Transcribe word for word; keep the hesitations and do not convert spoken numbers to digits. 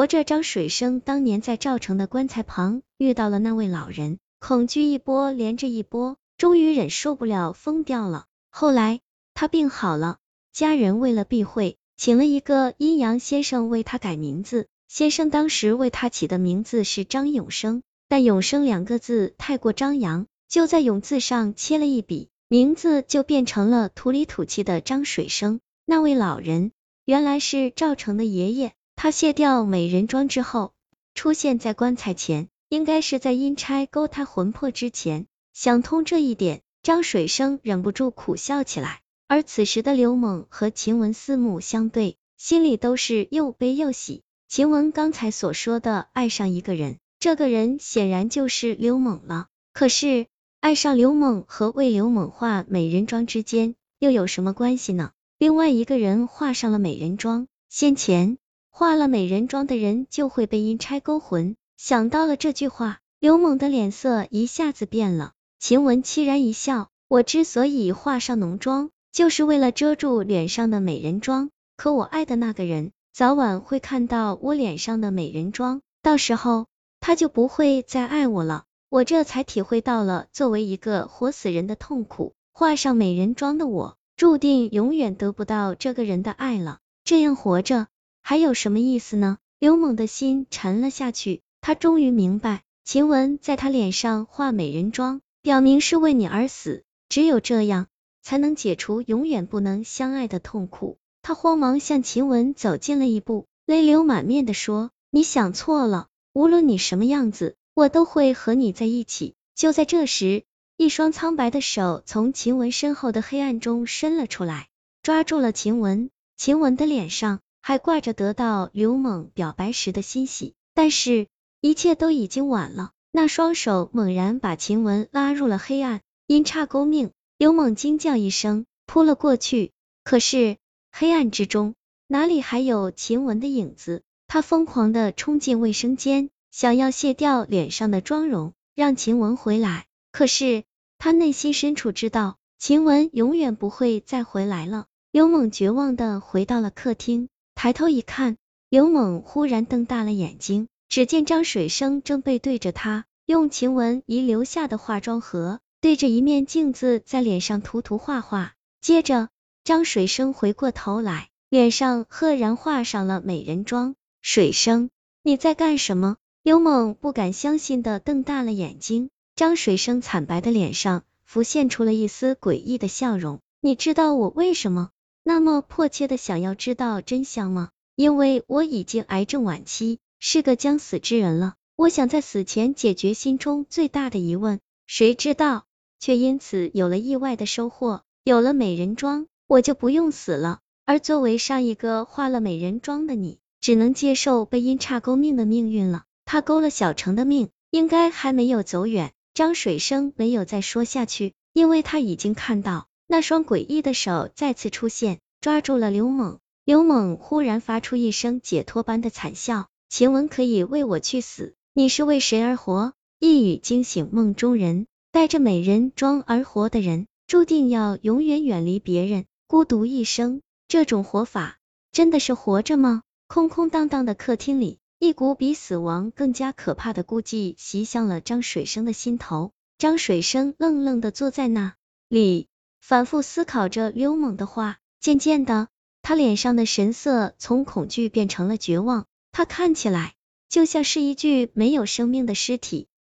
活着张水生当年在赵城的棺材旁遇到了那位老人，恐惧一波连着一波，终于忍受不了疯掉了。后来他病好了，家人为了避讳，请了一个阴阳先生为他改名字。先生当时为他起的名字是张永生，但永生两个字太过张扬，就在永字上切了一笔，名字就变成了土里土气的张水生。那位老人原来是赵成的爷爷，他卸掉美人妆之后出现在棺材前，应该是在阴差勾他魂魄之前。想通这一点，张水生忍不住苦笑起来。而此时的刘猛和晴雯四目相对，心里都是又悲又喜。晴雯刚才所说的爱上一个人，这个人显然就是刘猛了。可是爱上刘猛和为刘猛画美人妆之间又有什么关系呢？另外一个人画上了美人妆，先前画了美人妆的人就会被阴差勾魂。想到了这句话，刘猛的脸色一下子变了。晴雯凄然一笑，我之所以画上浓妆，就是为了遮住脸上的美人妆，可我爱的那个人早晚会看到我脸上的美人妆，到时候他就不会再爱我了。我这才体会到了作为一个活死人的痛苦，画上美人妆的我注定永远得不到这个人的爱了，这样活着还有什么意思呢？刘猛的心沉了下去，他终于明白，晴雯在他脸上画美人妆，表明是为你而死，只有这样才能解除永远不能相爱的痛苦。他慌忙向晴雯走近了一步，泪流满面的说，你想错了，无论你什么样子，我都会和你在一起。就在这时，一双苍白的手从晴雯身后的黑暗中伸了出来，抓住了晴雯。晴雯的脸上还挂着得到刘猛表白时的欣喜，但是一切都已经晚了。那双手猛然把晴雯拉入了黑暗，阴差勾命，刘猛惊叫一声扑了过去，可是黑暗之中哪里还有晴雯的影子？他疯狂地冲进卫生间，想要卸掉脸上的妆容，让晴雯回来。可是他内心深处知道，晴雯永远不会再回来了。刘猛绝望地回到了客厅，抬头一看，刘猛忽然瞪大了眼睛，只见张水生正背对着他，用晴雯遗留下的化妆盒对着一面镜子在脸上涂涂画画。接着张水生回过头来，脸上赫然画上了美人妆。水生，你在干什么？刘猛不敢相信的瞪大了眼睛，张水生惨白的脸上浮现出了一丝诡异的笑容。你知道我为什么那么迫切的想要知道真相吗？因为我已经癌症晚期，是个将死之人了。我想在死前解决心中最大的疑问，谁知道却因此有了意外的收获，有了美人妆，我就不用死了。而作为上一个画了美人妆的你，只能接受被阴差勾命的命运了。他勾了小程的命，应该还没有走远。张水生没有再说下去，因为他已经看到那双诡异的手再次出现，抓住了刘猛。刘猛忽然发出一声解脱般的惨笑，晴雯可以为我去死，你是为谁而活？一语惊醒梦中人，带着美人妆而活的人，注定要永远远离别人，孤独一生。这种活法真的是活着吗？空空荡荡的客厅里，一股比死亡更加可怕的孤寂袭向了张水生的心头。张水生愣愣的坐在那里，反复思考着刘猛的话。渐渐的，他脸上的神色从恐惧变成了绝望，他看起来就像是一具没有生命的尸体。